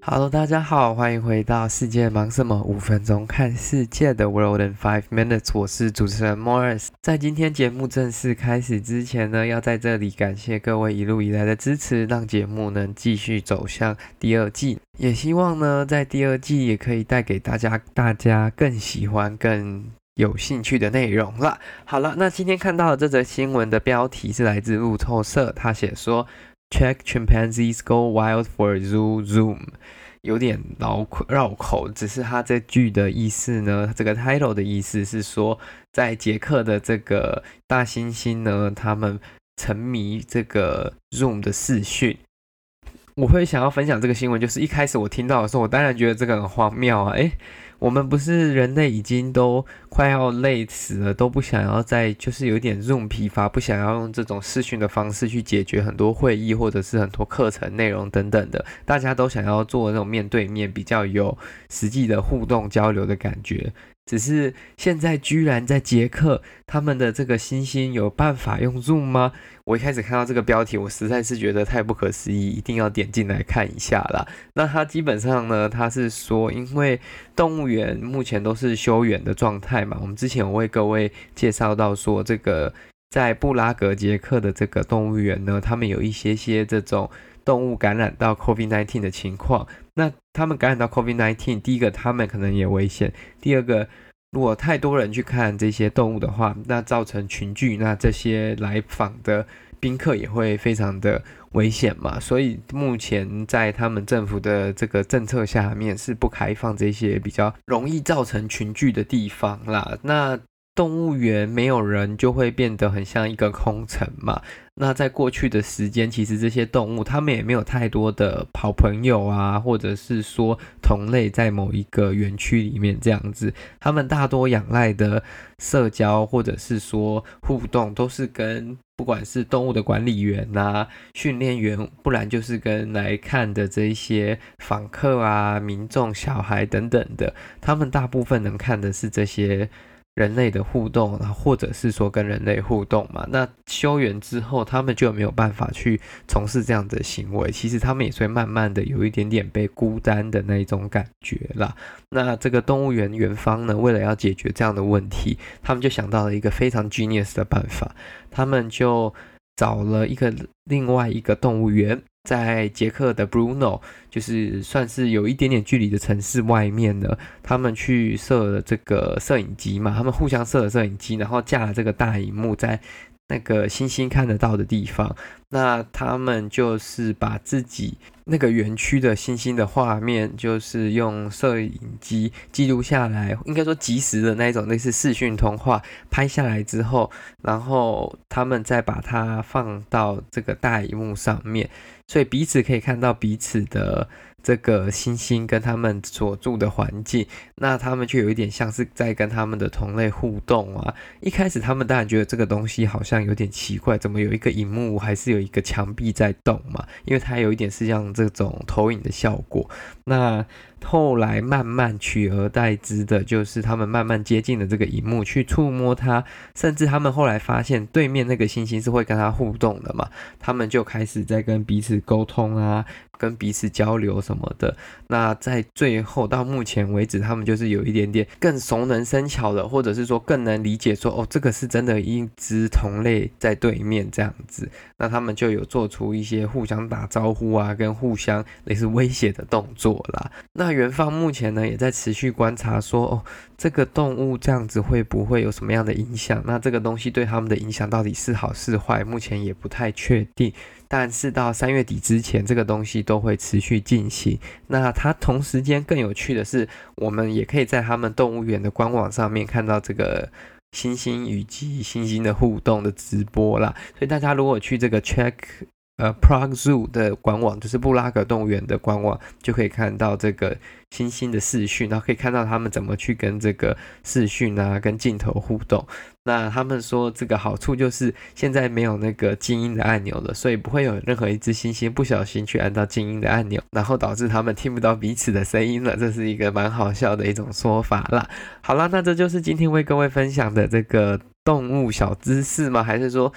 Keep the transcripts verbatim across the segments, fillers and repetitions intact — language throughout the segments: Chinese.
Hello，大家好，欢迎回到世界忙什么？五分钟看世界的 World in Five Minutes，我是主持人 Morris。在今天节目正式开始之前呢，要在这里感谢各位一路以来的支持，让节目能继续走向第二季。也希望呢，在第二季也可以带给大家大家更喜欢、更有兴趣的内容啦。好了，那今天看到的这则新闻的标题是来自路透社，他写说 Czech chimpanzees go wild for zoo zoom。有点绕口，只是它这句的意思呢，这个 title 的意思是说，在捷克的这个大猩猩呢，他们沉迷这个 Zoom 的视讯。我会想要分享这个新闻，就是一开始我听到的时候，我当然觉得这个很荒谬啊，诶我们不是人类已经都快要累死了，都不想要再就是有点 Zoom 疲乏，不想要用这种视讯的方式去解决很多会议或者是很多课程内容等等的，大家都想要做那种面对面比较有实际的互动交流的感觉。只是现在居然在捷克，他们的这个猩猩有办法用 Zoom 吗？我一开始看到这个标题，我实在是觉得太不可思议，一定要点进来看一下啦。那它基本上呢，它是说，因为动物园目前都是休园的状态嘛，我们之前有为各位介绍到说，这个在布拉格捷克的这个动物园呢，他们有一些些这种动物感染到 COVID 十九 的情况。那他们感染到 COVID 十九， 第一个他们可能也危险，第二个如果太多人去看这些动物的话，那造成群聚，那这些来访的宾客也会非常的危险嘛。所以目前在他们政府的这个政策下面是不开放这些比较容易造成群聚的地方啦。那动物园没有人就会变得很像一个空城嘛。那在过去的时间，其实这些动物它们也没有太多的好朋友啊，或者是说同类在某一个园区里面这样子，他们大多仰赖的社交或者是说互动都是跟不管是动物的管理员啊、训练员，不然就是跟来看的这些访客啊、民众、小孩等等的，他们大部分能看的是这些人类的互动，或者是说跟人类互动嘛。那休园之后，他们就没有办法去从事这样的行为，其实他们也会慢慢的有一点点被孤单的那一种感觉啦。那这个动物园园方呢，为了要解决这样的问题，他们就想到了一个非常 genius 的办法，他们就找了一个另外一个动物园，在捷克的 Brno， 就是算是有一点点距离的城市外面呢，他们去设了这个摄影机嘛，他们互相设了摄影机，然后架了这个大萤幕在那个星星看得到的地方。那他们就是把自己那个园区的星星的画面，就是用摄影机记录下来，应该说即时的那种类似视讯通话拍下来之后，然后他们再把它放到这个大萤幕上面，所以彼此可以看到彼此的这个星星跟他们所住的环境，那他们就有一点像是在跟他们的同类互动啊。一开始他们当然觉得这个东西好像有点奇怪，怎么有一个萤幕还是有一个墙壁在动嘛，因为它有一点是像这种投影的效果。那后来慢慢取而代之的就是他们慢慢接近了这个萤幕去触摸它，甚至他们后来发现对面那个星星是会跟它互动的嘛，他们就开始在跟彼此沟通啊，跟彼此交流什么的。那在最后到目前为止，他们就是有一点点更熟能生巧了，或者是说更能理解说，哦，这个是真的一只同类在对面这样子。那他们就有做出一些互相打招呼啊，跟互相类似威胁的动作啦。那园方目前呢也在持续观察说，哦，这个动物这样子会不会有什么样的影响？那这个东西对他们的影响到底是好是坏，目前也不太确定。但是到三月底之前，这个东西都会持续进行。那它同时间更有趣的是，我们也可以在他们动物园的官网上面看到这个猩猩以及猩猩的互动的直播啦。所以大家如果去这个 check呃 Prague Zoo 的官网，就是布拉格动物园的官网，就可以看到这个猩猩的视讯，然后可以看到他们怎么去跟这个视讯啊跟镜头互动。那他们说这个好处就是现在没有那个静音的按钮了，所以不会有任何一只猩猩不小心去按到静音的按钮，然后导致他们听不到彼此的声音了。这是一个蛮好笑的一种说法啦。好啦，那这就是今天为各位分享的这个动物小知识吗？还是说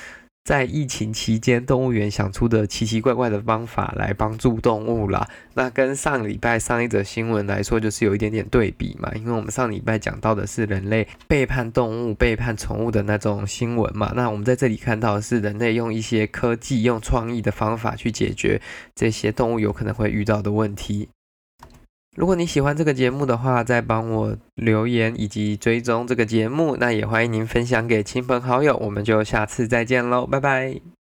在疫情期间动物园想出的奇奇怪怪的方法来帮助动物啦。那跟上礼拜上一则新闻来说，就是有一点点对比嘛，因为我们上礼拜讲到的是人类背叛动物、背叛宠物的那种新闻嘛，那我们在这里看到的是人类用一些科技、用创意的方法去解决这些动物有可能会遇到的问题。如果你喜欢这个节目的话，再帮我留言以及追踪这个节目，那也欢迎您分享给亲朋好友，我们就下次再见喽，拜拜。